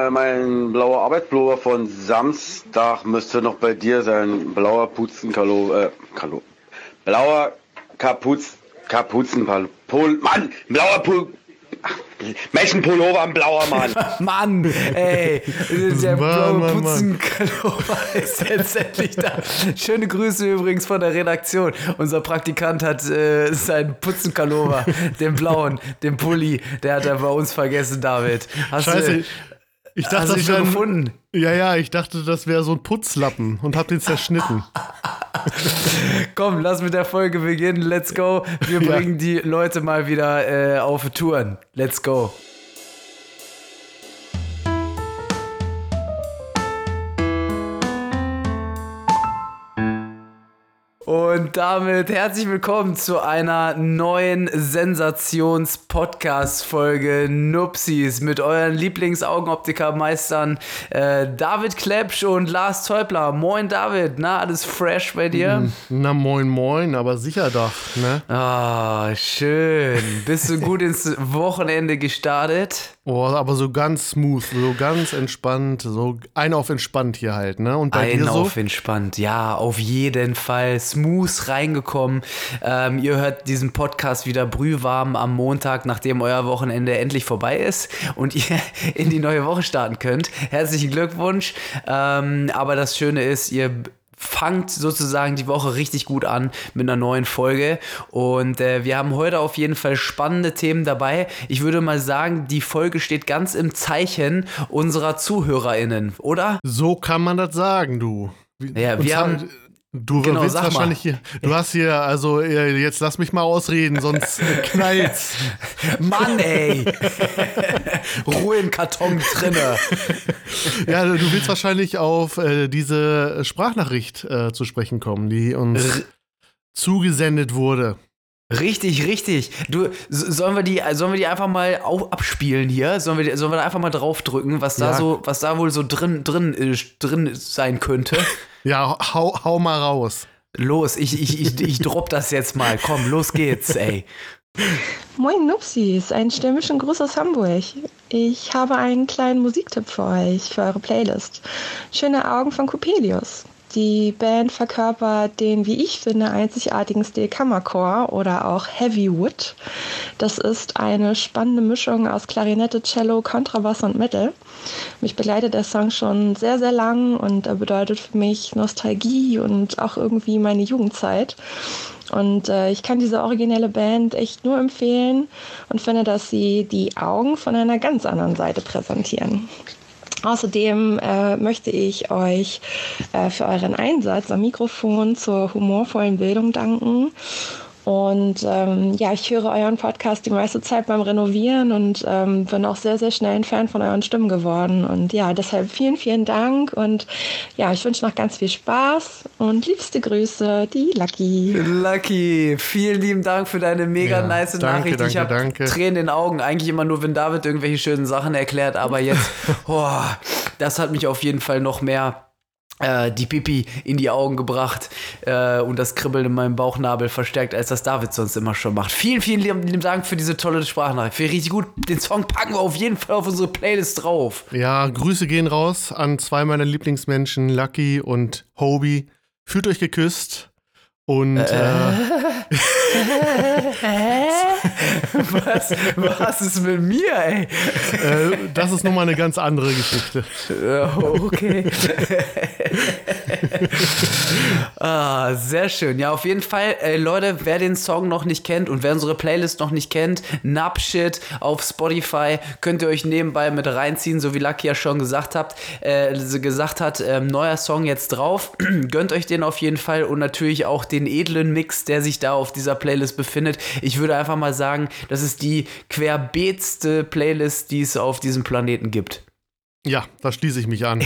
mein blauer Arbeitspullover von Samstag müsste noch bei dir sein. Blauer blauer Menschenpullover, ein blauer Mann. Mann, ey, der blaue Putzenkalover ist jetzt endlich da. Schöne Grüße übrigens von der Redaktion. Unser Praktikant hat seinen Putzenkalover, den blauen, den Pulli, der hat er bei uns vergessen, David. Scheiße. Ich dachte, hast du schon gefunden? Ja, ich dachte, das wäre so ein Putzlappen und hab den zerschnitten. Komm, lass mit der Folge beginnen. Let's go. Wir bringen die Leute mal wieder auf Touren. Let's go. Und damit herzlich willkommen zu einer neuen Sensations-Podcast-Folge Nupsis mit euren Lieblings-Augenoptiker-Meistern David Klepsch und Lars Teubler. Moin David, na, alles fresh bei dir? Na moin, aber sicher doch, ne? Ah, schön. Bist du gut ins Wochenende gestartet? Oh, aber so ganz smooth, so ganz entspannt, so ein auf entspannt hier halt, ne? Und bei dir so? Auf entspannt, ja, auf jeden Fall. Smooth reingekommen. Ihr hört diesen Podcast wieder brühwarm am Montag, nachdem euer Wochenende endlich vorbei ist und ihr in die neue Woche starten könnt. Herzlichen Glückwunsch. Aber das Schöne ist, ihr fangt sozusagen die Woche richtig gut an mit einer neuen Folge und wir haben heute auf jeden Fall spannende Themen dabei. Ich würde mal sagen, die Folge steht ganz im Zeichen unserer ZuhörerInnen, oder? So kann man das sagen, du. Ja, wir haben... Du willst wahrscheinlich hier, du hast hier, also jetzt lass mich mal ausreden, sonst knallt's. Mann, ey! Ruhe im Karton drinne. Ja, du willst wahrscheinlich auf diese Sprachnachricht zu sprechen kommen, die uns zugesendet wurde. Richtig. Du, sollen wir die einfach mal abspielen hier? Sollen wir da einfach mal draufdrücken, was da wohl so drin sein könnte? Ja, hau mal raus. Los, ich dropp das jetzt mal. Komm, los geht's, ey. Moin Nupsis, einen stürmischen Gruß aus Hamburg. Ich habe einen kleinen Musiktipp für euch, für eure Playlist. Schöne Augen von Coppelius. Die Band verkörpert den, wie ich finde, einzigartigen Stil Kammerchor oder auch Heavywood. Das ist eine spannende Mischung aus Klarinette, Cello, Kontrabass und Metal. Mich begleitet der Song schon sehr, sehr lang und er bedeutet für mich Nostalgie und auch irgendwie meine Jugendzeit. Und ich kann diese originelle Band echt nur empfehlen und finde, dass sie die Augen von einer ganz anderen Seite präsentieren. Außerdem möchte ich euch für euren Einsatz am Mikrofon zur humorvollen Bildung danken. Und ich höre euren Podcast die meiste Zeit beim Renovieren und bin auch sehr, sehr schnell ein Fan von euren Stimmen geworden. Und ja, deshalb vielen, vielen Dank. Und ja, ich wünsche noch ganz viel Spaß und liebste Grüße, die Lucky. Lucky, vielen lieben Dank für deine mega nice Nachricht. Ich habe Tränen in den Augen. Eigentlich immer nur, wenn David irgendwelche schönen Sachen erklärt. Aber jetzt, das hat mich auf jeden Fall noch mehr die Pipi in die Augen gebracht und das Kribbeln in meinem Bauchnabel verstärkt, als das David sonst immer schon macht. Vielen, vielen lieben Dank für diese tolle Sprachnachricht. Finde ich richtig gut. Den Song packen wir auf jeden Fall auf unsere Playlist drauf. Ja, Grüße gehen raus an zwei meiner Lieblingsmenschen, Lucky und Hobie. Fühlt euch geküsst. Und was ist mit mir, ey? Das ist nochmal eine ganz andere Geschichte. Okay. Sehr schön. Ja, auf jeden Fall, Leute, wer den Song noch nicht kennt und wer unsere Playlist noch nicht kennt, Napshit auf Spotify, könnt ihr euch nebenbei mit reinziehen, so wie Lucky ja schon gesagt hat, neuer Song jetzt drauf. Gönnt euch den auf jeden Fall und natürlich auch den edlen Mix, der sich da auf dieser Playlist befindet. Ich würde einfach mal sagen, das ist die querbeetste Playlist, die es auf diesem Planeten gibt. Ja, da schließe ich mich an.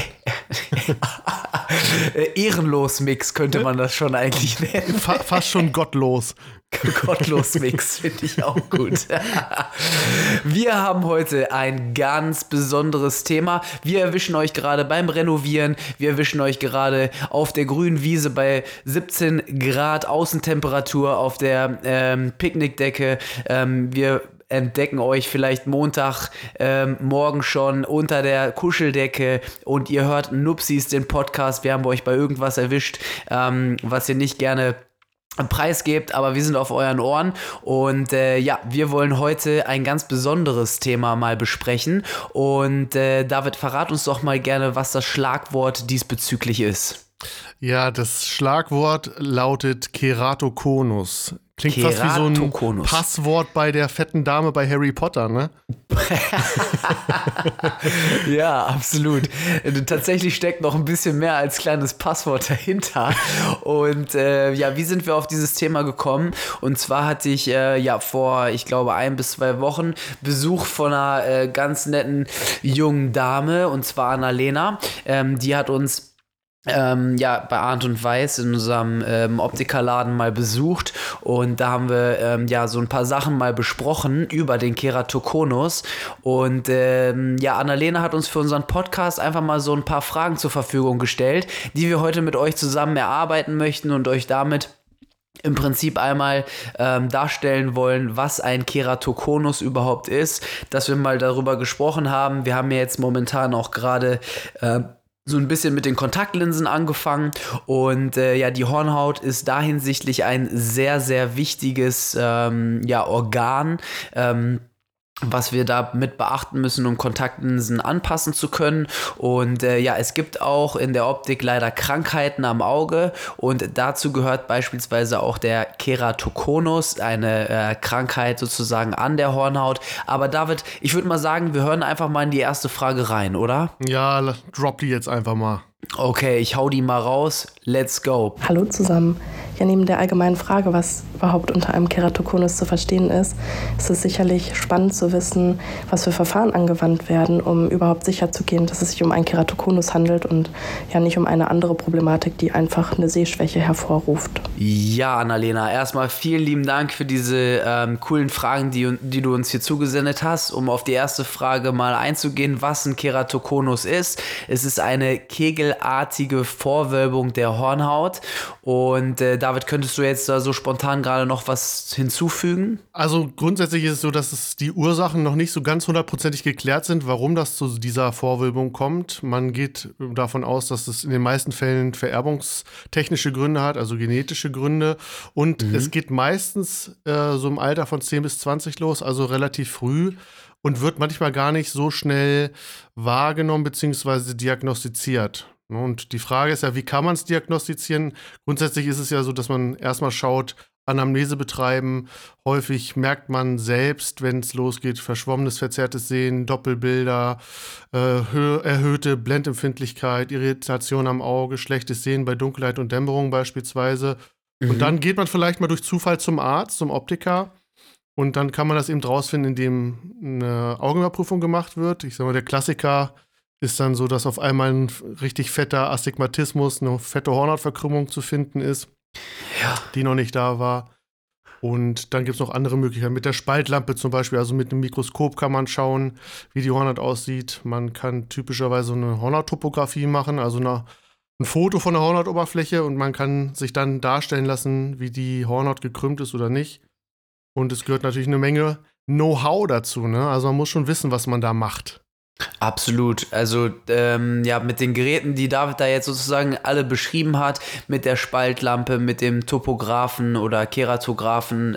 Ehrenlos Mix könnte man das schon eigentlich nennen. Fast schon gottlos. Gottlos Mix, finde ich auch gut. Wir haben heute ein ganz besonderes Thema. Wir erwischen euch gerade beim Renovieren. Wir erwischen euch gerade auf der grünen Wiese bei 17 Grad Außentemperatur auf der Picknickdecke. Wir entdecken euch vielleicht Montag morgen schon unter der Kuscheldecke und ihr hört Nupsis, den Podcast. Wir haben euch bei irgendwas erwischt, was ihr nicht gerne preisgebt, aber wir sind auf euren Ohren und wir wollen heute ein ganz besonderes Thema mal besprechen und David, verrat uns doch mal gerne, was das Schlagwort diesbezüglich ist. Ja, das Schlagwort lautet Keratokonus. Klingt fast wie so ein Passwort bei der fetten Dame bei Harry Potter, ne? Ja, absolut. Tatsächlich steckt noch ein bisschen mehr als kleines Passwort dahinter. Und wie sind wir auf dieses Thema gekommen? Und zwar hatte ich vor, ich glaube, 1 bis 2 Wochen Besuch von einer ganz netten jungen Dame, und zwar Annalena. Die hat uns bei Arndt und Weiß in unserem Optikerladen mal besucht und da haben wir so ein paar Sachen mal besprochen über den Keratokonus und Annalena hat uns für unseren Podcast einfach mal so ein paar Fragen zur Verfügung gestellt, die wir heute mit euch zusammen erarbeiten möchten und euch damit im Prinzip einmal darstellen wollen, was ein Keratokonus überhaupt ist, dass wir mal darüber gesprochen haben. Wir haben ja jetzt momentan auch gerade so ein bisschen mit den Kontaktlinsen angefangen und die Hornhaut ist da hinsichtlich ein sehr, sehr wichtiges Organ, was wir da mit beachten müssen, um Kontaktlinsen anpassen zu können. Und es gibt auch in der Optik leider Krankheiten am Auge und dazu gehört beispielsweise auch der Keratokonus, eine Krankheit sozusagen an der Hornhaut. Aber David, ich würde mal sagen, wir hören einfach mal in die erste Frage rein, oder? Ja, drop die jetzt einfach mal. Okay, ich hau die mal raus. Let's go. Hallo zusammen. Ja, neben der allgemeinen Frage, was überhaupt unter einem Keratokonus zu verstehen ist es sicherlich spannend zu wissen, was für Verfahren angewandt werden, um überhaupt sicherzugehen, dass es sich um einen Keratokonus handelt und ja nicht um eine andere Problematik, die einfach eine Sehschwäche hervorruft. Ja, Annalena, erstmal vielen lieben Dank für diese coolen Fragen, die du uns hier zugesendet hast. Um auf die erste Frage mal einzugehen, was ein Keratokonus ist. Es ist eine kegelartige Vorwölbung der Hornhaut und David, könntest du jetzt da so spontan gerade noch was hinzufügen? Also grundsätzlich ist es so, dass die Ursachen noch nicht so ganz 100%ig geklärt sind, warum das zu dieser Vorwölbung kommt. Man geht davon aus, dass es in den meisten Fällen vererbungstechnische Gründe hat, also genetische Gründe. Und es geht meistens so im Alter von 10 bis 20 los, also relativ früh. Und wird manchmal gar nicht so schnell wahrgenommen bzw. diagnostiziert. Und die Frage ist ja, wie kann man es diagnostizieren? Grundsätzlich ist es ja so, dass man erstmal schaut, Anamnese betreiben. Häufig merkt man selbst, wenn es losgeht, verschwommenes, verzerrtes Sehen, Doppelbilder, erhöhte Blendempfindlichkeit, Irritation am Auge, schlechtes Sehen bei Dunkelheit und Dämmerung beispielsweise. Und dann geht man vielleicht mal durch Zufall zum Arzt, zum Optiker. Und dann kann man das eben rausfinden, indem eine Augenüberprüfung gemacht wird. Ich sag mal, der Klassiker ist dann so, dass auf einmal ein richtig fetter Astigmatismus, eine fette Hornhautverkrümmung zu finden ist, die noch nicht da war. Und dann gibt es noch andere Möglichkeiten. Mit der Spaltlampe zum Beispiel, also mit einem Mikroskop kann man schauen, wie die Hornhaut aussieht. Man kann typischerweise eine Hornhauttopographie machen, also ein Foto von der Hornhautoberfläche und man kann sich dann darstellen lassen, wie die Hornhaut gekrümmt ist oder nicht. Und es gehört natürlich eine Menge Know-how dazu, ne? Also man muss schon wissen, was man da macht. Absolut. Also mit den Geräten, die David da jetzt sozusagen alle beschrieben hat, mit der Spaltlampe, mit dem Topographen oder Keratographen,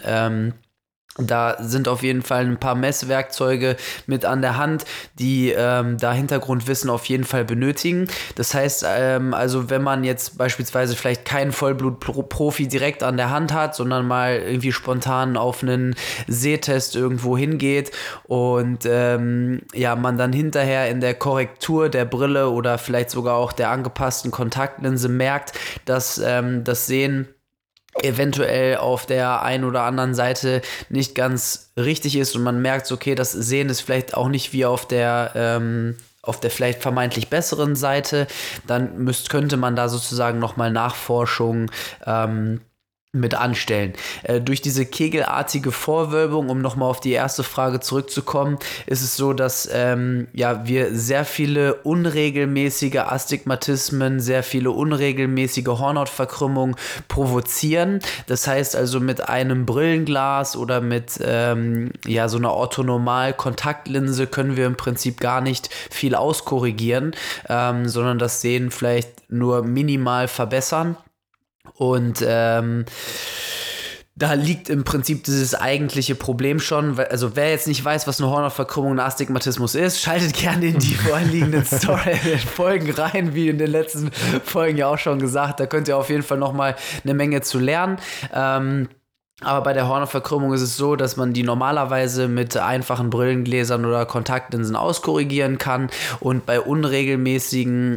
da sind auf jeden Fall ein paar Messwerkzeuge mit an der Hand, die da Hintergrundwissen auf jeden Fall benötigen. Das heißt, also wenn man jetzt beispielsweise vielleicht keinen Vollblutprofi direkt an der Hand hat, sondern mal irgendwie spontan auf einen Sehtest irgendwo hingeht und man dann hinterher in der Korrektur der Brille oder vielleicht sogar auch der angepassten Kontaktlinse merkt, dass das Sehen eventuell auf der einen oder anderen Seite nicht ganz richtig ist und man merkt, okay, das Sehen ist vielleicht auch nicht wie auf der vielleicht vermeintlich besseren Seite, dann könnte man da sozusagen nochmal Nachforschung mit anstellen. Durch diese kegelartige Vorwölbung, um nochmal auf die erste Frage zurückzukommen, ist es so, dass wir sehr viele unregelmäßige Astigmatismen, sehr viele unregelmäßige Hornhautverkrümmungen provozieren. Das heißt also, mit einem Brillenglas oder mit so einer Orthonormal-Kontaktlinse können wir im Prinzip gar nicht viel auskorrigieren, sondern das Sehen vielleicht nur minimal verbessern. Und da liegt im Prinzip dieses eigentliche Problem schon. Also wer jetzt nicht weiß, was eine Hornhautverkrümmung und Astigmatismus ist, schaltet gerne in die vorliegenden Folgen rein, wie in den letzten Folgen ja auch schon gesagt. Da könnt ihr auf jeden Fall nochmal eine Menge zu lernen. Aber bei der Hornhautverkrümmung ist es so, dass man die normalerweise mit einfachen Brillengläsern oder Kontaktlinsen auskorrigieren kann. Und bei unregelmäßigen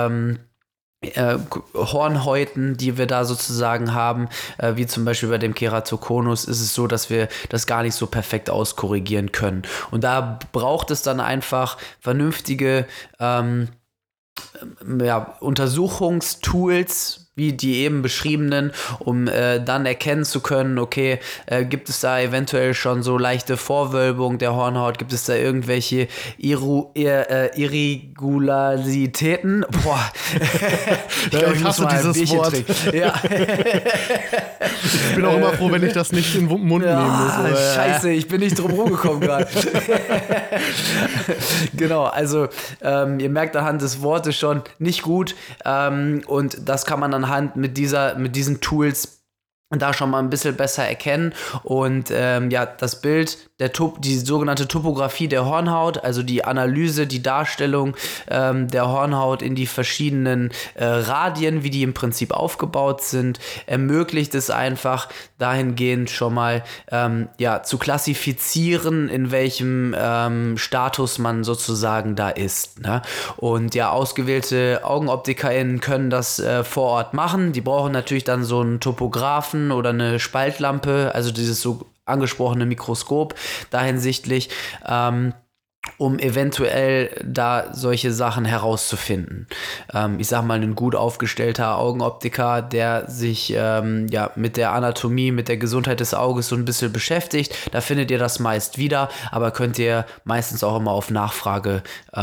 Hornhäuten, die wir da sozusagen haben, wie zum Beispiel bei dem Keratokonus, ist es so, dass wir das gar nicht so perfekt auskorrigieren können. Und da braucht es dann einfach vernünftige Untersuchungstools, wie die eben beschriebenen, um dann erkennen zu können, okay, gibt es da eventuell schon so leichte Vorwölbung der Hornhaut, gibt es da irgendwelche Irregularitäten? Boah, ich glaube, ich hasse dieses Wort. Ja. Ich bin auch immer froh, wenn ich das nicht in den Mund nehmen muss. Scheiße, ich bin nicht drum rumgekommen gerade. Genau, also ihr merkt anhand des Wortes schon, nicht gut, und das kann man anhand mit diesen Tools da schon mal ein bisschen besser erkennen. Und das Bild, die sogenannte Topographie der Hornhaut, also die Analyse, die Darstellung der Hornhaut in die verschiedenen Radien, wie die im Prinzip aufgebaut sind, ermöglicht es einfach dahingehend schon mal zu klassifizieren, in welchem Status man sozusagen da ist. Ne? Und ja, ausgewählte AugenoptikerInnen können das vor Ort machen. Die brauchen natürlich dann so einen Topographen oder eine Spaltlampe, also dieses so angesprochene Mikroskop da hinsichtlich, um eventuell da solche Sachen herauszufinden. Ich sag mal, ein gut aufgestellter Augenoptiker, der sich mit der Anatomie, mit der Gesundheit des Auges so ein bisschen beschäftigt, da findet ihr das meist wieder, aber könnt ihr meistens auch immer auf Nachfrage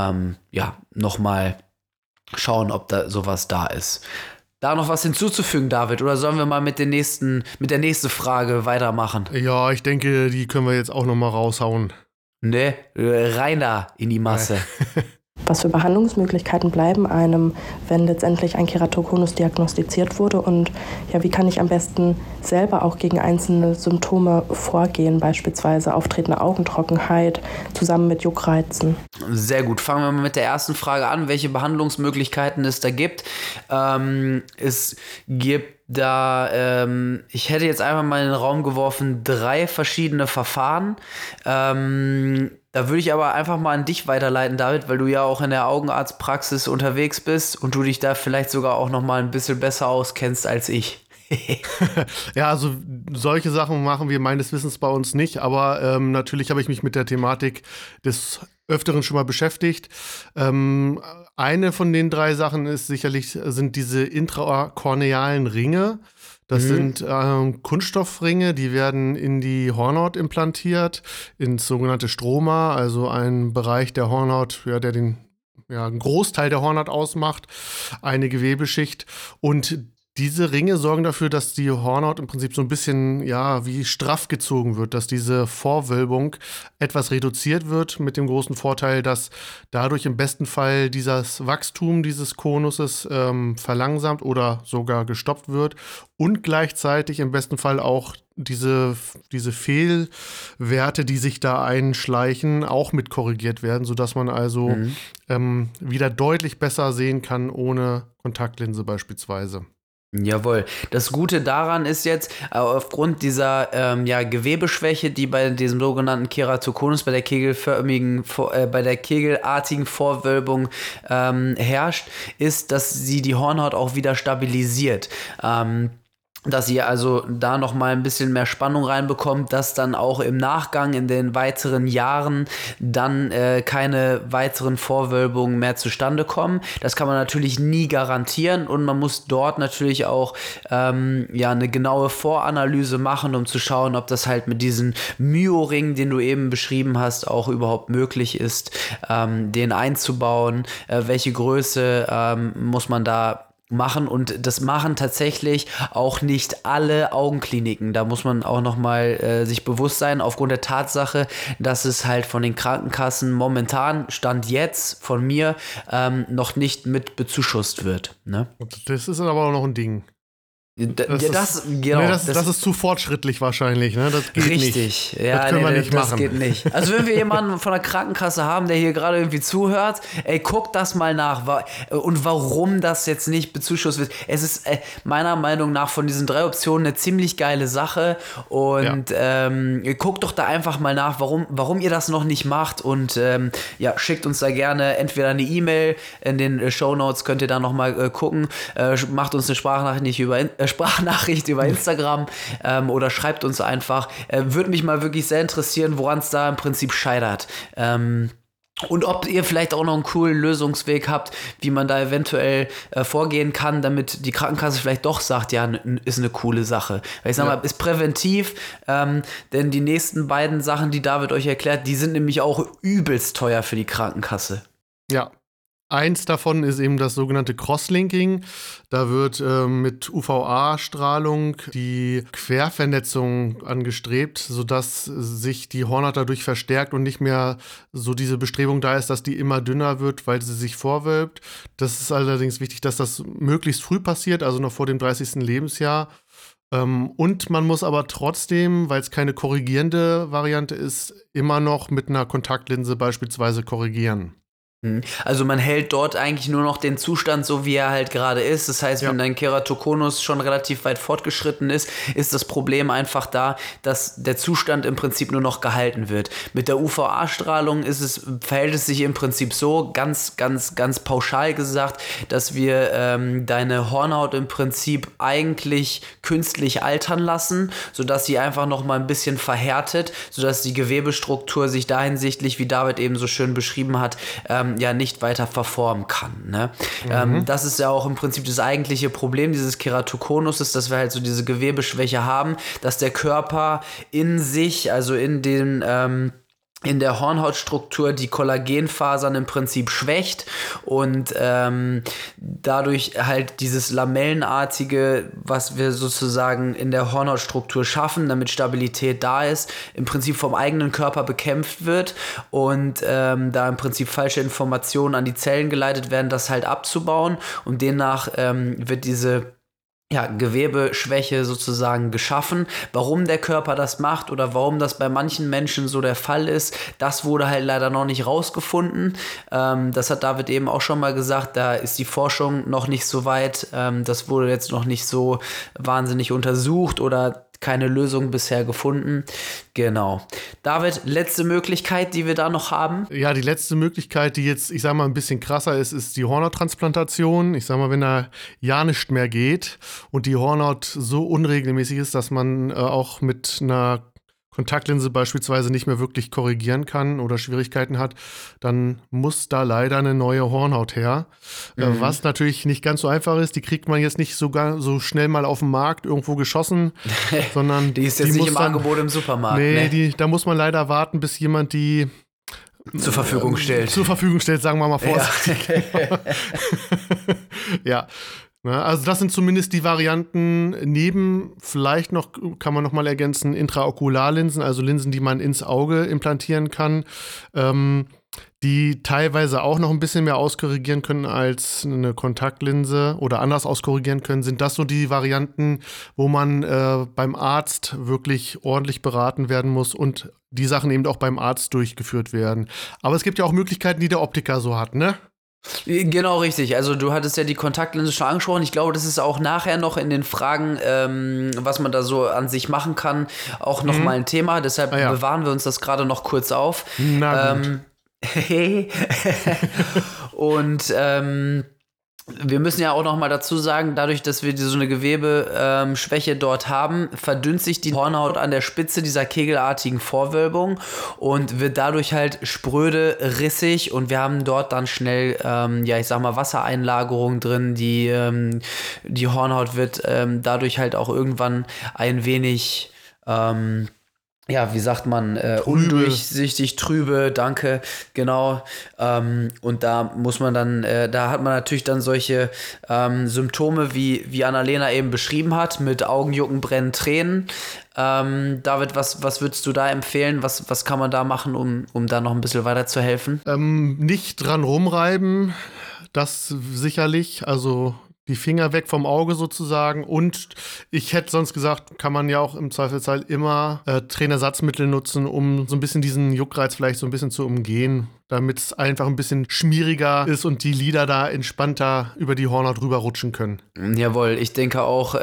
nochmal schauen, ob da sowas da ist. Da noch was hinzuzufügen, David? Oder sollen wir mal mit der nächsten Frage weitermachen? Ja, ich denke, die können wir jetzt auch noch mal raushauen. Ne, rein da in die Masse. Was für Behandlungsmöglichkeiten bleiben einem, wenn letztendlich ein Keratokonus diagnostiziert wurde? Und ja, wie kann ich am besten selber auch gegen einzelne Symptome vorgehen, beispielsweise auftretende Augentrockenheit zusammen mit Juckreizen? Sehr gut. Fangen wir mal mit der ersten Frage an, welche Behandlungsmöglichkeiten es da gibt. Es gibt da, ich hätte jetzt einfach mal in den Raum geworfen, 3 verschiedene Verfahren. Da würde ich aber einfach mal an dich weiterleiten, David, weil du ja auch in der Augenarztpraxis unterwegs bist und du dich da vielleicht sogar auch noch mal ein bisschen besser auskennst als ich. Ja, also solche Sachen machen wir meines Wissens bei uns nicht, aber natürlich habe ich mich mit der Thematik des Öfteren schon mal beschäftigt. Eine von den 3 Sachen sind diese intrakornealen Ringe. Das sind Kunststoffringe, die werden in die Hornhaut implantiert, ins sogenannte Stroma, also ein Bereich der Hornhaut, der einen Großteil der Hornhaut ausmacht, eine Gewebeschicht. Und diese Ringe sorgen dafür, dass die Hornhaut im Prinzip so ein bisschen, wie straff gezogen wird, dass diese Vorwölbung etwas reduziert wird, mit dem großen Vorteil, dass dadurch im besten Fall dieses Wachstum dieses Konuses verlangsamt oder sogar gestoppt wird und gleichzeitig im besten Fall auch diese Fehlwerte, die sich da einschleichen, auch mit korrigiert werden, sodass man also wieder deutlich besser sehen kann, ohne Kontaktlinse beispielsweise. Jawohl. Das Gute daran ist jetzt, aufgrund dieser Gewebeschwäche, die bei diesem sogenannten Keratokonus, bei der kegelartigen Vorwölbung herrscht, ist, dass sie die Hornhaut auch wieder stabilisiert. dass ihr also da noch mal ein bisschen mehr Spannung reinbekommt, dass dann auch im Nachgang in den weiteren Jahren dann keine weiteren Vorwölbungen mehr zustande kommen. Das kann man natürlich nie garantieren und man muss dort natürlich auch eine genaue Voranalyse machen, um zu schauen, ob das halt mit diesem Myo-Ring, den du eben beschrieben hast, auch überhaupt möglich ist, den einzubauen. Welche Größe muss man da machen, und das machen tatsächlich auch nicht alle Augenkliniken. Da muss man auch nochmal sich bewusst sein, aufgrund der Tatsache, dass es halt von den Krankenkassen momentan, Stand jetzt von mir, noch nicht mit bezuschusst wird. Ne? Das ist aber auch noch ein Ding. Das ist zu fortschrittlich wahrscheinlich, ne? Das geht richtig. Nicht. Ja, das können wir nicht machen. Das geht nicht. Also wenn wir jemanden von der Krankenkasse haben, der hier gerade irgendwie zuhört, guckt das mal nach. Und warum das jetzt nicht bezuschusst wird. Es ist meiner Meinung nach von diesen 3 Optionen eine ziemlich geile Sache. Und guckt doch da einfach mal nach, warum ihr das noch nicht macht. Und schickt uns da gerne entweder eine E-Mail, in den Shownotes könnt ihr da nochmal gucken. Macht uns eine Sprachnachricht über Instagram oder schreibt uns einfach. Würde mich mal wirklich sehr interessieren, woran es da im Prinzip scheitert. Und ob ihr vielleicht auch noch einen coolen Lösungsweg habt, wie man da eventuell vorgehen kann, damit die Krankenkasse vielleicht doch sagt, ja, ist eine coole Sache. Weil ich sag mal, ist präventiv, denn die nächsten beiden Sachen, die David euch erklärt, die sind nämlich auch übelst teuer für die Krankenkasse. Ja. Eins davon ist eben das sogenannte Crosslinking. Da wird mit UVA-Strahlung die Quervernetzung angestrebt, sodass sich die Hornhaut dadurch verstärkt und nicht mehr so diese Bestrebung da ist, dass die immer dünner wird, weil sie sich vorwölbt. Das ist allerdings wichtig, dass das möglichst früh passiert, also noch vor dem 30. Lebensjahr. Und man muss aber trotzdem, weil es keine korrigierende Variante ist, immer noch mit einer Kontaktlinse beispielsweise korrigieren. Also man hält dort eigentlich nur noch den Zustand so, wie er halt gerade ist. Das heißt, wenn dein Keratokonus schon relativ weit fortgeschritten ist, ist das Problem einfach da, dass der Zustand im Prinzip nur noch gehalten wird. Mit der UVA-Strahlung verhält es sich im Prinzip so, ganz, ganz, ganz pauschal gesagt, dass wir deine Hornhaut im Prinzip eigentlich künstlich altern lassen, sodass sie einfach noch mal ein bisschen verhärtet, sodass die Gewebestruktur sich da hinsichtlich, wie David eben so schön beschrieben hat, nicht weiter verformen kann. Ne? Das ist ja auch im Prinzip das eigentliche Problem dieses Keratokonus, dass wir halt so diese Gewebeschwäche haben, dass der Körper in sich, also in der Hornhautstruktur die Kollagenfasern im Prinzip schwächt und dadurch halt dieses Lamellenartige, was wir sozusagen in der Hornhautstruktur schaffen, damit Stabilität da ist, im Prinzip vom eigenen Körper bekämpft wird und da im Prinzip falsche Informationen an die Zellen geleitet werden, das halt abzubauen, und demnach wird diese Gewebeschwäche sozusagen geschaffen. Warum der Körper das macht oder warum das bei manchen Menschen so der Fall ist, das wurde halt leider noch nicht rausgefunden. Das hat David eben auch schon mal gesagt, da ist die Forschung noch nicht so weit. Das wurde jetzt noch nicht so wahnsinnig untersucht oder keine Lösung bisher gefunden. Genau. David, letzte Möglichkeit, die wir da noch haben? Ja, die letzte Möglichkeit, die jetzt, ich sag mal, ein bisschen krasser ist die Hornhauttransplantation. Ich sag mal, wenn da ja nicht mehr geht und die Hornhaut so unregelmäßig ist, dass man auch mit einer Kontaktlinse beispielsweise nicht mehr wirklich korrigieren kann oder Schwierigkeiten hat, dann muss da leider eine neue Hornhaut her. Was natürlich nicht ganz so einfach ist, die kriegt man jetzt nicht so schnell mal auf dem Markt irgendwo geschossen, sondern die ist jetzt nicht im Angebot im Supermarkt. Nee, da muss man leider warten, bis jemand die zur Verfügung stellt. Zur Verfügung stellt, sagen wir mal vorsichtig. Ja. Also das sind zumindest die Varianten neben, vielleicht noch, kann man noch mal ergänzen, Intraokularlinsen, also Linsen, die man ins Auge implantieren kann, die teilweise auch noch ein bisschen mehr auskorrigieren können als eine Kontaktlinse oder anders auskorrigieren können. Sind das so die Varianten, wo man beim Arzt wirklich ordentlich beraten werden muss und die Sachen eben auch beim Arzt durchgeführt werden. Aber es gibt ja auch Möglichkeiten, die der Optiker so hat, ne? Genau, richtig. Also du hattest ja die Kontaktlinse schon angesprochen. Ich glaube, das ist auch nachher noch in den Fragen, was man da so an sich machen kann, auch noch mal ein Thema. Deshalb bewahren wir uns das gerade noch kurz auf. Na gut. Und Wir müssen ja auch noch mal dazu sagen, dadurch, dass wir so eine Gewebeschwäche dort haben, verdünnt sich die Hornhaut an der Spitze dieser kegelartigen Vorwölbung und wird dadurch halt spröde, rissig und wir haben dort dann schnell, Wassereinlagerung drin. Die Hornhaut wird dadurch halt auch irgendwann ein wenig undurchsichtig, trübe, danke, genau. Und da muss man dann, da hat man natürlich dann solche Symptome, wie Annalena eben beschrieben hat, mit Augenjucken, Brennen, Tränen. David, was würdest du da empfehlen? Was kann man da machen, um da noch ein bisschen weiter zu helfen? Nicht dran rumreiben, das sicherlich, also die Finger weg vom Auge sozusagen. Und ich hätte sonst gesagt, kann man ja auch im Zweifelsfall immer Tränersatzmittel nutzen, um so ein bisschen diesen Juckreiz vielleicht so ein bisschen zu umgehen, damit es einfach ein bisschen schmieriger ist und die Lider da entspannter über die Hornhaut rüberrutschen können. Jawohl, ich denke auch,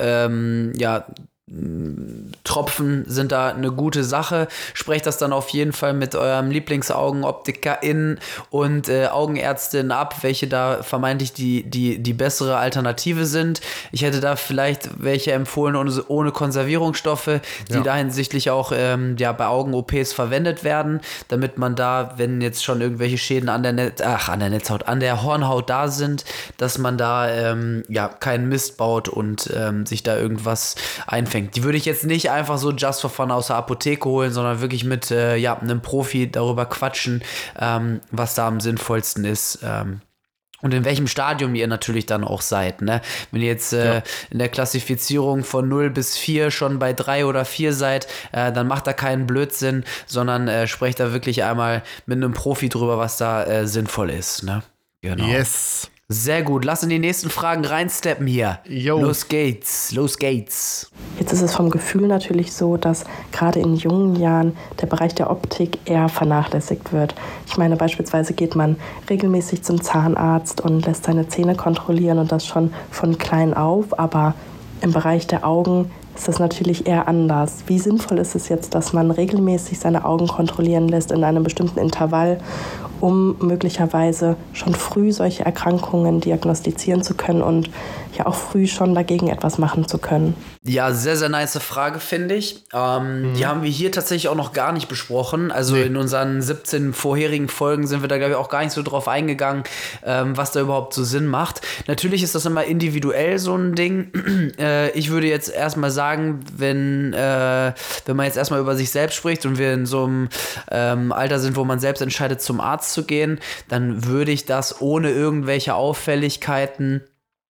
Tropfen sind da eine gute Sache. Sprecht das dann auf jeden Fall mit eurem Lieblingsaugenoptikerin und Augenärztin ab, welche da vermeintlich die bessere Alternative sind. Ich hätte da vielleicht welche empfohlen ohne Konservierungsstoffe, die da hinsichtlich auch bei Augen-OPs verwendet werden, damit man da, wenn jetzt schon irgendwelche Schäden an der Hornhaut da sind, dass man da keinen Mist baut und sich da irgendwas einfängt. Die würde ich jetzt nicht einfach so just for fun aus der Apotheke holen, sondern wirklich mit einem Profi darüber quatschen, was da am sinnvollsten ist. Und in welchem Stadium ihr natürlich dann auch seid, ne? Wenn ihr jetzt in der Klassifizierung von 0 bis 4 schon bei 3 oder 4 seid, dann macht da keinen Blödsinn, sondern sprecht da wirklich einmal mit einem Profi drüber, was da sinnvoll ist, ne? Genau. Yes. Sehr gut, lass in die nächsten Fragen reinsteppen hier. Yo. Los geht's. Jetzt ist es vom Gefühl natürlich so, dass gerade in jungen Jahren der Bereich der Optik eher vernachlässigt wird. Ich meine, beispielsweise geht man regelmäßig zum Zahnarzt und lässt seine Zähne kontrollieren und das schon von klein auf, aber im Bereich der Augen ist das natürlich eher anders. Wie sinnvoll ist es jetzt, dass man regelmäßig seine Augen kontrollieren lässt in einem bestimmten Intervall, um möglicherweise schon früh solche Erkrankungen diagnostizieren zu können und ja auch früh schon dagegen etwas machen zu können? Ja, sehr, sehr nice Frage, finde ich. Die haben wir hier tatsächlich auch noch gar nicht besprochen. Also in unseren 17 vorherigen Folgen sind wir da, glaube ich, auch gar nicht so drauf eingegangen, was da überhaupt so Sinn macht. Natürlich ist das immer individuell so ein Ding. Ich würde jetzt erstmal sagen, wenn man jetzt erstmal über sich selbst spricht und wir in so einem Alter sind, wo man selbst entscheidet, zum Arzt zu gehen, dann würde ich das ohne irgendwelche Auffälligkeiten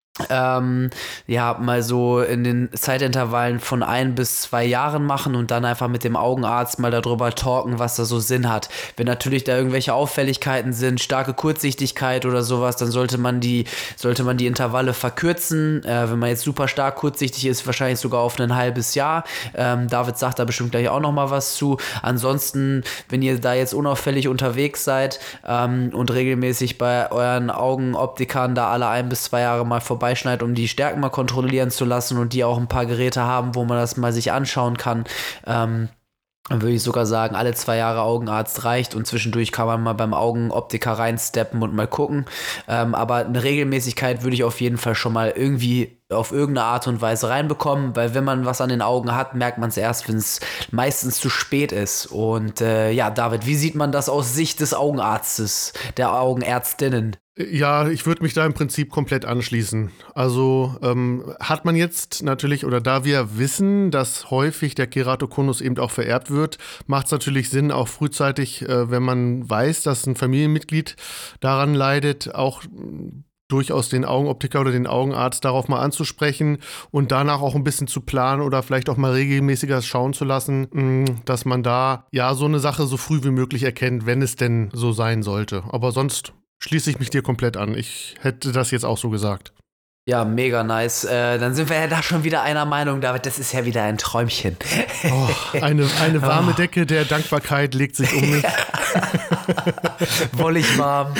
mal so in den Zeitintervallen von 1 bis 2 Jahren machen und dann einfach mit dem Augenarzt mal darüber talken, was da so Sinn hat. Wenn natürlich da irgendwelche Auffälligkeiten sind, starke Kurzsichtigkeit oder sowas, dann sollte man die Intervalle verkürzen. Wenn man jetzt super stark kurzsichtig ist, wahrscheinlich sogar auf ein halbes Jahr. David sagt da bestimmt gleich auch noch mal was zu. Ansonsten, wenn ihr da jetzt unauffällig unterwegs seid und regelmäßig bei euren Augenoptikern da alle 1 bis 2 Jahre mal vorbeischneidet, um die Stärken mal kontrollieren zu lassen und die auch ein paar Geräte haben, wo man das mal sich anschauen kann, dann würde ich sogar sagen, alle 2 Jahre Augenarzt reicht und zwischendurch kann man mal beim Augenoptiker reinsteppen und mal gucken. Aber eine Regelmäßigkeit würde ich auf jeden Fall schon mal irgendwie auf irgendeine Art und Weise reinbekommen, weil wenn man was an den Augen hat, merkt man es erst, wenn es meistens zu spät ist. Und David, wie sieht man das aus Sicht des Augenarztes, der Augenärztinnen? Ja, ich würde mich da im Prinzip komplett anschließen. Also hat man jetzt natürlich, oder da wir wissen, dass häufig der Keratokonus eben auch vererbt wird, macht es natürlich Sinn, auch frühzeitig, wenn man weiß, dass ein Familienmitglied daran leidet, auch durchaus den Augenoptiker oder den Augenarzt darauf mal anzusprechen und danach auch ein bisschen zu planen oder vielleicht auch mal regelmäßiger schauen zu lassen, dass man da ja so eine Sache so früh wie möglich erkennt, wenn es denn so sein sollte. Aber sonst schließe ich mich dir komplett an. Ich hätte das jetzt auch so gesagt. Ja, mega nice. Dann sind wir ja da schon wieder einer Meinung, David. Das ist ja wieder ein Träumchen. Oh, eine warme Decke der Dankbarkeit legt sich um mich. Wollig warm.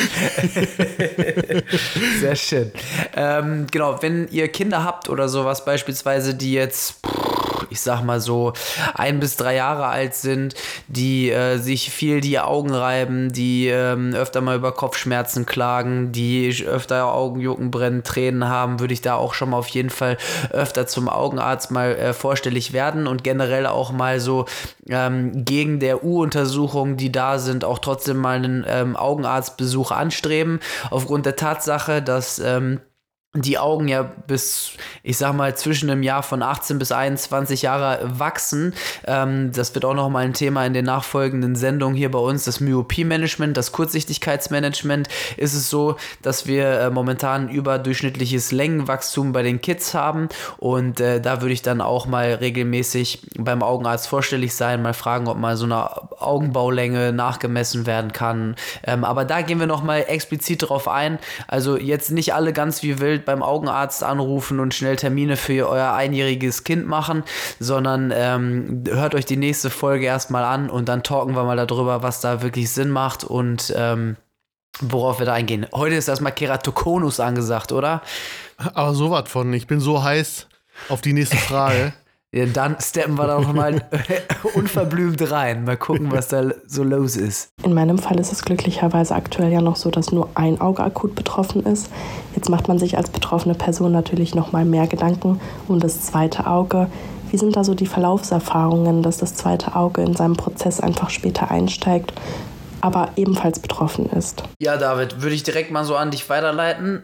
Sehr schön. Genau, wenn ihr Kinder habt oder sowas beispielsweise, die jetzt ich sag mal so 1 bis 3 Jahre alt sind, die sich viel die Augen reiben, die öfter mal über Kopfschmerzen klagen, die öfter Augenjucken, brennen, Tränen haben, würde ich da auch schon mal auf jeden Fall öfter zum Augenarzt mal vorstellig werden und generell auch mal so gegen der U-Untersuchung, die da sind, auch trotzdem mal einen Augenarztbesuch anstreben, aufgrund der Tatsache, dass die Augen ja bis, ich sag mal, zwischen dem Jahr von 18 bis 21 Jahre wachsen. Das wird auch noch mal ein Thema in den nachfolgenden Sendungen hier bei uns. Das Myopie-Management, das Kurzsichtigkeitsmanagement, ist es so, dass wir momentan überdurchschnittliches Längenwachstum bei den Kids haben und da würde ich dann auch mal regelmäßig beim Augenarzt vorstellig sein, mal fragen, ob mal so eine Augenbaulänge nachgemessen werden kann. Aber da gehen wir noch mal explizit drauf ein. Also jetzt nicht alle ganz wie wild beim Augenarzt anrufen und schnell Termine für euer einjähriges Kind machen, sondern hört euch die nächste Folge erstmal an und dann talken wir mal darüber, was da wirklich Sinn macht und worauf wir da eingehen. Heute ist erstmal Keratokonus angesagt, oder? Aber sowas von, ich bin so heiß auf die nächste Frage. Ja, dann steppen wir da noch mal unverblümt rein. Mal gucken, was da so los ist. In meinem Fall ist es glücklicherweise aktuell ja noch so, dass nur ein Auge akut betroffen ist. Jetzt macht man sich als betroffene Person natürlich noch mal mehr Gedanken um das zweite Auge. Wie sind da so die Verlaufserfahrungen, dass das zweite Auge in seinem Prozess einfach später einsteigt, aber ebenfalls betroffen ist? Ja, David, würde ich direkt mal so an dich weiterleiten.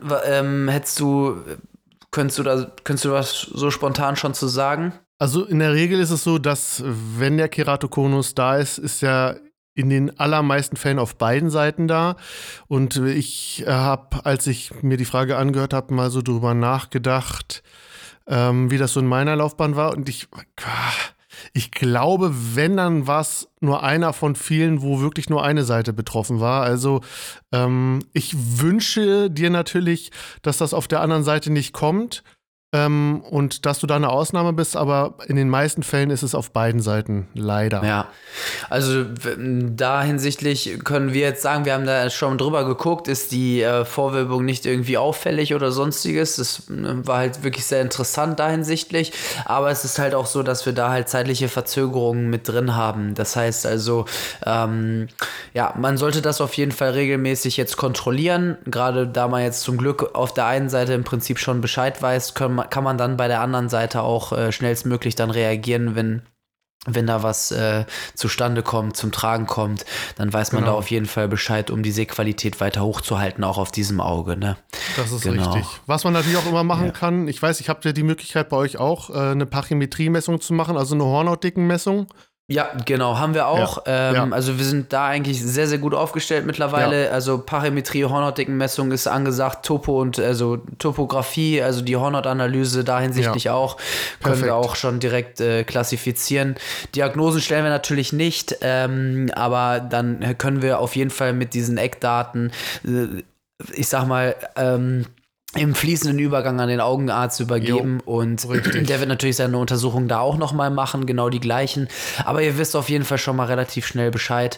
Könntest du was so spontan schon zu sagen? Also in der Regel ist es so, dass wenn der Keratokonus da ist, ist er in den allermeisten Fällen auf beiden Seiten da. Und ich habe, als ich mir die Frage angehört habe, mal so drüber nachgedacht, wie das so in meiner Laufbahn war. Und ich glaube, wenn, dann war es nur einer von vielen, wo wirklich nur eine Seite betroffen war. Also ich wünsche dir natürlich, dass das auf der anderen Seite nicht kommt. Und dass du da eine Ausnahme bist, aber in den meisten Fällen ist es auf beiden Seiten leider. Ja, also da hinsichtlich können wir jetzt sagen, wir haben da schon drüber geguckt, ist die Vorwölbung nicht irgendwie auffällig oder sonstiges. Das war halt wirklich sehr interessant da hinsichtlich, aber es ist halt auch so, dass wir da halt zeitliche Verzögerungen mit drin haben. Das heißt also, ja, man sollte das auf jeden Fall regelmäßig jetzt kontrollieren, gerade da man jetzt zum Glück auf der einen Seite im Prinzip schon Bescheid weiß, kann man dann bei der anderen Seite auch schnellstmöglich dann reagieren, wenn da was zustande kommt, zum Tragen kommt, dann weiß man da auf jeden Fall Bescheid, um die Sehqualität weiter hochzuhalten, auch auf diesem Auge. Ne? Das ist richtig. Was man natürlich auch immer machen kann, ich weiß, ich habe ja die Möglichkeit bei euch auch, eine Pachymetriemessung zu machen, also eine Hornhautdickenmessung. Ja, genau, haben wir auch. Also wir sind da eigentlich sehr, sehr gut aufgestellt mittlerweile. Ja. Also Pachymetrie, Hornhautdickenmessung ist angesagt, Topographie, also die Hornhautanalyse da hinsichtlich auch. Können wir auch schon direkt klassifizieren. Diagnosen stellen wir natürlich nicht, aber dann können wir auf jeden Fall mit diesen Eckdaten, ich sag mal, im fließenden Übergang an den Augenarzt übergeben und der wird natürlich seine Untersuchung da auch nochmal machen, genau die gleichen, aber ihr wisst auf jeden Fall schon mal relativ schnell Bescheid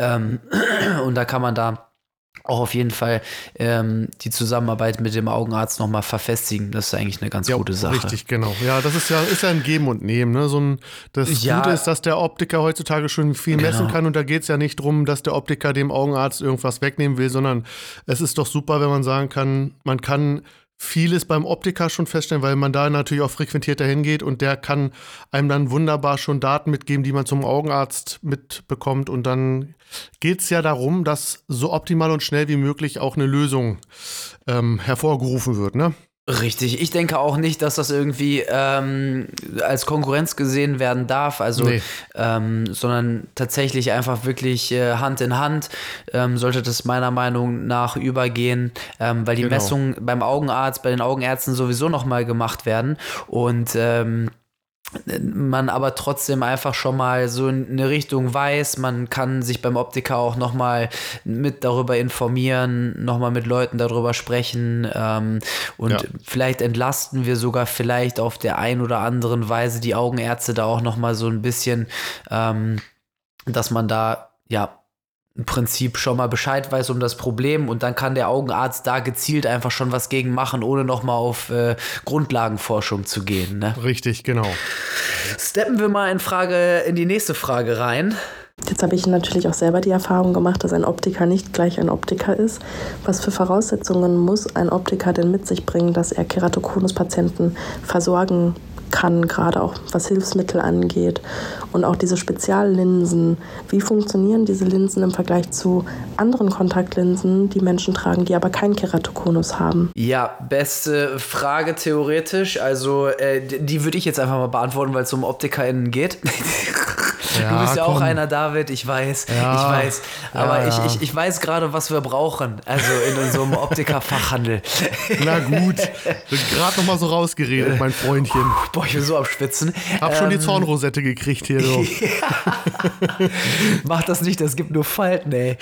und da kann man da auch auf jeden Fall die Zusammenarbeit mit dem Augenarzt nochmal verfestigen. Das ist eigentlich eine ganz gute Sache. Richtig, genau. Ja, das ist ja ein Geben und Nehmen. Ne? Das Gute ist, dass der Optiker heutzutage schon viel messen kann und da geht es ja nicht darum, dass der Optiker dem Augenarzt irgendwas wegnehmen will, sondern es ist doch super, wenn man sagen kann, man kann vieles beim Optiker schon feststellen, weil man da natürlich auch frequentierter hingeht und der kann einem dann wunderbar schon Daten mitgeben, die man zum Augenarzt mitbekommt und dann geht es ja darum, dass so optimal und schnell wie möglich auch eine Lösung hervorgerufen wird, ne? Richtig, ich denke auch nicht, dass das irgendwie als Konkurrenz gesehen werden darf, also sondern tatsächlich einfach wirklich Hand in Hand sollte das meiner Meinung nach übergehen, weil die Messungen beim Augenarzt, bei den Augenärzten sowieso nochmal gemacht werden und man aber trotzdem einfach schon mal so in eine Richtung weiß, man kann sich beim Optiker auch nochmal mit darüber informieren, nochmal mit Leuten darüber sprechen und vielleicht entlasten wir sogar vielleicht auf der ein oder anderen Weise die Augenärzte da auch nochmal so ein bisschen, dass man da im Prinzip schon mal Bescheid weiß um das Problem und dann kann der Augenarzt da gezielt einfach schon was gegen machen, ohne nochmal auf Grundlagenforschung zu gehen. Ne? Richtig, genau. Steppen wir mal in die nächste Frage rein. Jetzt habe ich natürlich auch selber die Erfahrung gemacht, dass ein Optiker nicht gleich ein Optiker ist. Was für Voraussetzungen muss ein Optiker denn mit sich bringen, dass er Keratokonus-Patienten versorgen kann, gerade auch was Hilfsmittel angeht und auch diese Speziallinsen. Wie funktionieren diese Linsen im Vergleich zu anderen Kontaktlinsen, die Menschen tragen, die aber keinen Keratokonus haben? Ja, beste Frage theoretisch. Also die würde ich jetzt einfach mal beantworten, weil es um OptikerInnen geht. Ja, du bist ja komm. auch einer, David, ich weiß. Aber ich weiß gerade, was wir brauchen, also in unserem Optikerfachhandel. Na gut, gerade noch mal so rausgeredet, mein Freundchen. Boah, ich bin so am Schwitzen. Hab schon die Zornrosette gekriegt hier. So. Mach das nicht, das gibt nur Falten, ey.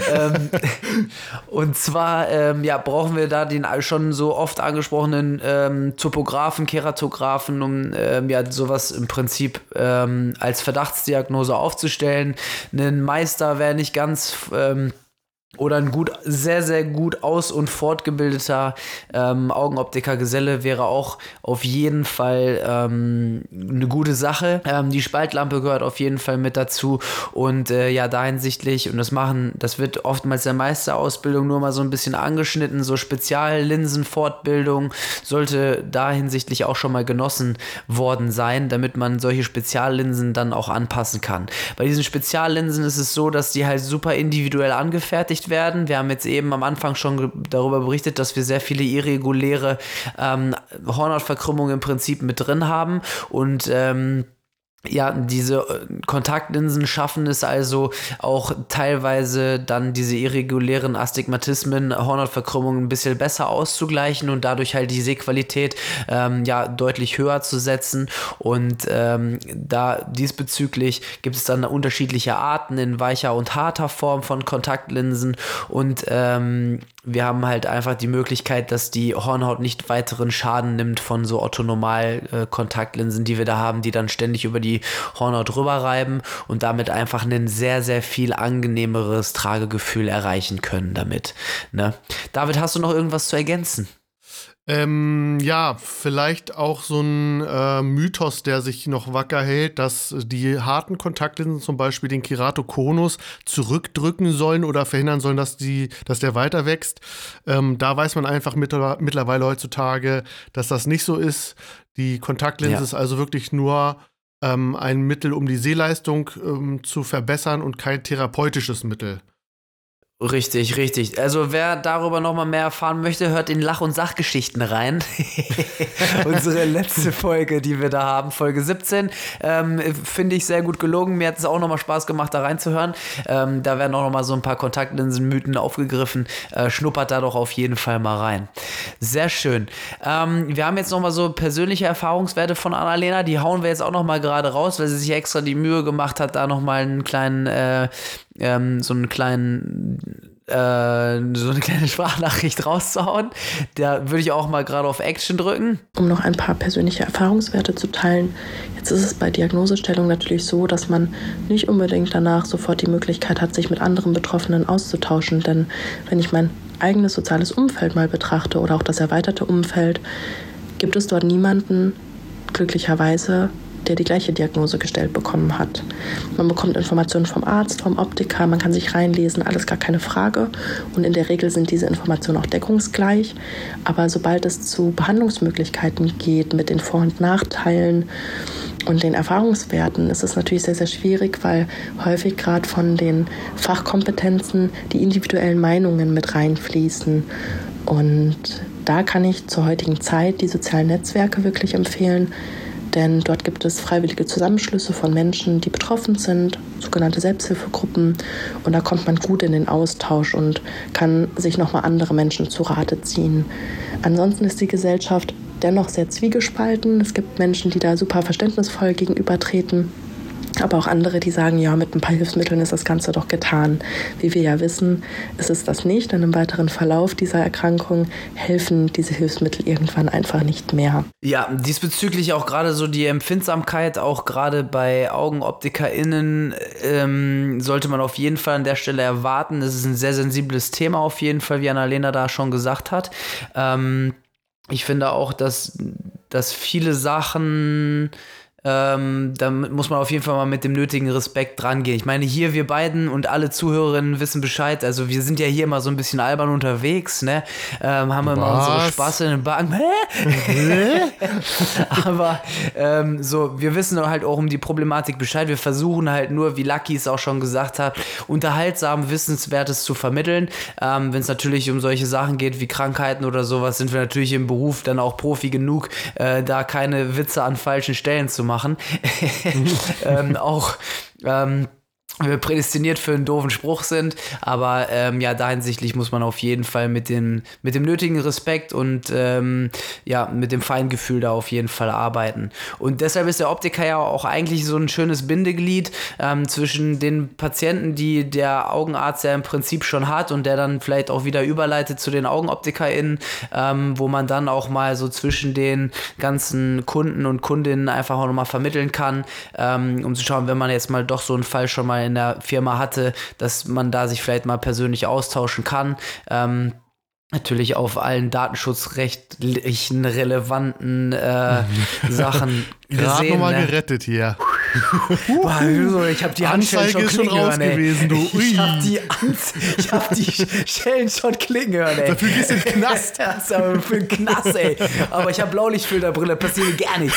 Und zwar brauchen wir da den schon so oft angesprochenen Topografen, Keratographen, um sowas im Prinzip als Verdachtsdiagnose aufzustellen. Ein Meister wäre nicht ganz oder ein sehr, sehr gut aus- und fortgebildeter Augenoptiker-Geselle wäre auch auf jeden Fall eine gute Sache. Die Spaltlampe gehört auf jeden Fall mit dazu und da hinsichtlich, und das wird oftmals der Meisterausbildung nur mal so ein bisschen angeschnitten, so Speziallinsenfortbildung sollte da hinsichtlich auch schon mal genossen worden sein, damit man solche Speziallinsen dann auch anpassen kann. Bei diesen Speziallinsen ist es so, dass die halt super individuell angefertigt werden. Wir haben jetzt eben am Anfang schon darüber berichtet, dass wir sehr viele irreguläre Hornhautverkrümmungen im Prinzip mit drin haben und diese Kontaktlinsen schaffen es also auch teilweise dann diese irregulären Astigmatismen, Hornhautverkrümmungen ein bisschen besser auszugleichen und dadurch halt die Sehqualität deutlich höher zu setzen und da diesbezüglich gibt es dann unterschiedliche Arten in weicher und harter Form von Kontaktlinsen und wir haben halt einfach die Möglichkeit, dass die Hornhaut nicht weiteren Schaden nimmt von so Orthonormal-Kontaktlinsen, die wir da haben, die dann ständig über die Hornhaut rüberreiben und damit einfach ein sehr, sehr viel angenehmeres Tragegefühl erreichen können damit. Ne? David, hast du noch irgendwas zu ergänzen? Vielleicht auch so ein Mythos, der sich noch wacker hält, dass die harten Kontaktlinsen zum Beispiel den Keratokonus zurückdrücken sollen oder verhindern sollen, dass der weiter wächst. Da weiß man einfach mittlerweile heutzutage, dass das nicht so ist. Die Kontaktlinse ist also wirklich nur ein Mittel, um die Sehleistung zu verbessern und kein therapeutisches Mittel. Richtig. Also wer darüber nochmal mehr erfahren möchte, hört in Lach- und Sachgeschichten rein. Unsere letzte Folge, die wir da haben, Folge 17, finde ich sehr gut gelungen. Mir hat es auch nochmal Spaß gemacht, da reinzuhören. Da werden auch nochmal so ein paar Kontaktlinsenmythen aufgegriffen. Schnuppert da doch auf jeden Fall mal rein. Sehr schön. Wir haben jetzt nochmal so persönliche Erfahrungswerte von Annalena. Die hauen wir jetzt auch nochmal gerade raus, weil sie sich extra die Mühe gemacht hat, da nochmal einen kleinen so eine kleine Sprachnachricht rauszuhauen. Da würde ich auch mal gerade auf Action drücken. Um noch ein paar persönliche Erfahrungswerte zu teilen. Jetzt ist es bei Diagnosestellung natürlich so, dass man nicht unbedingt danach sofort die Möglichkeit hat, sich mit anderen Betroffenen auszutauschen. Denn wenn ich mein eigenes soziales Umfeld mal betrachte oder auch das erweiterte Umfeld, gibt es dort niemanden, glücklicherweise, der die gleiche Diagnose gestellt bekommen hat. Man bekommt Informationen vom Arzt, vom Optiker, man kann sich reinlesen, alles gar keine Frage. Und in der Regel sind diese Informationen auch deckungsgleich. Aber sobald es zu Behandlungsmöglichkeiten geht, mit den Vor- und Nachteilen und den Erfahrungswerten, ist es natürlich sehr, sehr schwierig, weil häufig gerade von den Fachkompetenzen die individuellen Meinungen mit reinfließen. Und da kann ich zur heutigen Zeit die sozialen Netzwerke wirklich empfehlen, denn dort gibt es freiwillige Zusammenschlüsse von Menschen, die betroffen sind, sogenannte Selbsthilfegruppen. Und da kommt man gut in den Austausch und kann sich nochmal andere Menschen zu Rate ziehen. Ansonsten ist die Gesellschaft dennoch sehr zwiegespalten. Es gibt Menschen, die da super verständnisvoll gegenübertreten. Aber auch andere, die sagen, ja, mit ein paar Hilfsmitteln ist das Ganze doch getan. Wie wir ja wissen, ist es das nicht, denn im weiteren Verlauf dieser Erkrankung helfen diese Hilfsmittel irgendwann einfach nicht mehr. Ja, diesbezüglich auch gerade so die Empfindsamkeit, auch gerade bei AugenoptikerInnen, sollte man auf jeden Fall an der Stelle erwarten. Es ist ein sehr sensibles Thema auf jeden Fall, wie Annalena da schon gesagt hat. Ich finde auch, dass viele Sachen... da muss man auf jeden Fall mal mit dem nötigen Respekt dran gehen. Ich meine, hier wir beiden und alle Zuhörerinnen wissen Bescheid. Also wir sind ja hier immer so ein bisschen albern unterwegs, ne? Haben wir immer unsere Spaß in den Backen. Aber so, wir wissen halt auch um die Problematik Bescheid. Wir versuchen halt nur, wie Lucky es auch schon gesagt hat, unterhaltsam Wissenswertes zu vermitteln. Wenn es natürlich um solche Sachen geht wie Krankheiten oder sowas, sind wir natürlich im Beruf dann auch Profi genug, da keine Witze an falschen Stellen zu machen. Auch wir prädestiniert für einen doofen Spruch sind, aber ja, da hinsichtlich muss man auf jeden Fall mit dem nötigen Respekt und ja, mit dem Feingefühl da auf jeden Fall arbeiten. Und deshalb ist der Optiker ja auch eigentlich so ein schönes Bindeglied zwischen den Patienten, die der Augenarzt ja im Prinzip schon hat und der dann vielleicht auch wieder überleitet zu den AugenoptikerInnen, wo man dann auch mal so zwischen den ganzen Kunden und Kundinnen einfach auch nochmal vermitteln kann, um zu schauen, wenn man jetzt mal doch so einen Fall schon mal in der Firma hatte, dass man da sich vielleicht mal persönlich austauschen kann. Natürlich auf allen datenschutzrechtlichen relevanten Sachen gerade nochmal gerettet hier. Boah, ich habe die Handschellen schon klingen hören, ey. Gewesen, du. Ich hab die Schellen schon klingen hören, ey. Dafür gehst du in den Knast. Das ist aber für den Knast, ey. Aber ich habe Blaulichtfilterbrille, passiert gar nichts.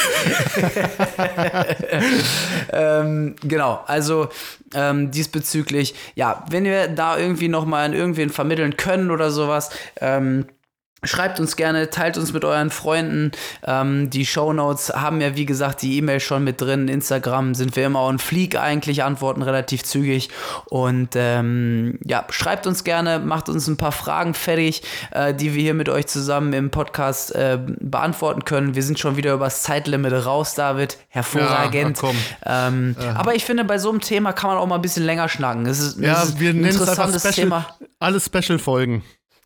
Genau, also diesbezüglich, ja, wenn wir da irgendwie nochmal an irgendwen vermitteln können oder sowas, schreibt uns gerne, teilt uns mit euren Freunden. Die Shownotes haben ja, wie gesagt, die E-Mail schon mit drin. Instagram sind wir immer on fleek eigentlich, antworten relativ zügig. Und ja, schreibt uns gerne, macht uns ein paar Fragen fertig, die wir hier mit euch zusammen im Podcast beantworten können. Wir sind schon wieder übers Zeitlimit raus, David. Hervorragend. Ja, aber ich finde, bei so einem Thema kann man auch mal ein bisschen länger schnacken. Es ist, ja, wir ein nennen es interessantes einfach Thema. Alle Special-Folgen.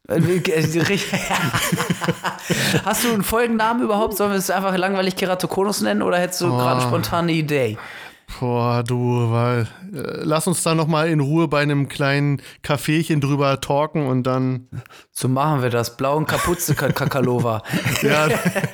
Hast du einen Folgennamen überhaupt? Sollen wir es einfach langweilig Keratokonus nennen oder hättest du gerade spontan eine Idee? Boah, lass uns da nochmal in Ruhe bei einem kleinen Kaffeechen drüber talken und dann... So machen wir das. Blauen Kapuze Kakalova. Ja.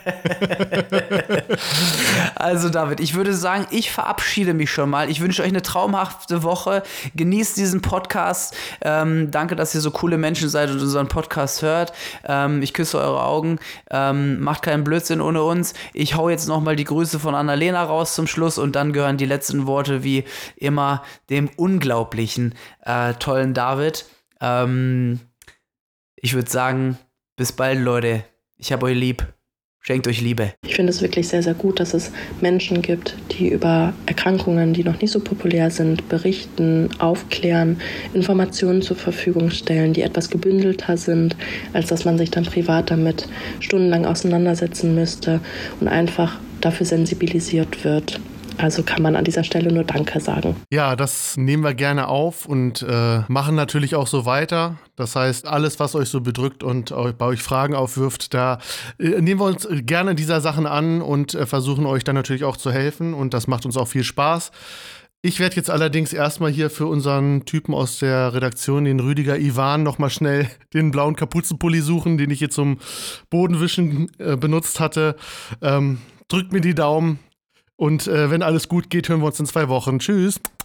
Also David, ich würde sagen, ich verabschiede mich schon mal. Ich wünsche euch eine traumhafte Woche. Genießt diesen Podcast. Danke, dass ihr so coole Menschen seid und unseren Podcast hört. Ich küsse eure Augen. Macht keinen Blödsinn ohne uns. Ich hau jetzt nochmal die Grüße von Annalena raus zum Schluss und dann gehören die letzten Worte wie immer dem unglaublichen, tollen David. Ich würde sagen, bis bald, Leute. Ich hab euch lieb. Schenkt euch Liebe. Ich finde es wirklich sehr, sehr gut, dass es Menschen gibt, die über Erkrankungen, die noch nicht so populär sind, berichten, aufklären, Informationen zur Verfügung stellen, die etwas gebündelter sind, als dass man sich dann privat damit stundenlang auseinandersetzen müsste und einfach dafür sensibilisiert wird. Also kann man an dieser Stelle nur Danke sagen. Ja, das nehmen wir gerne auf und machen natürlich auch so weiter. Das heißt, alles, was euch so bedrückt und bei euch Fragen aufwirft, da nehmen wir uns gerne dieser Sachen an und versuchen euch dann natürlich auch zu helfen. Und das macht uns auch viel Spaß. Ich werde jetzt allerdings erstmal hier für unseren Typen aus der Redaktion, den Rüdiger Iwan, nochmal schnell den blauen Kapuzenpulli suchen, den ich hier zum Bodenwischen benutzt hatte. Drückt mir die Daumen. Und wenn alles gut geht, hören wir uns in 2 Wochen. Tschüss.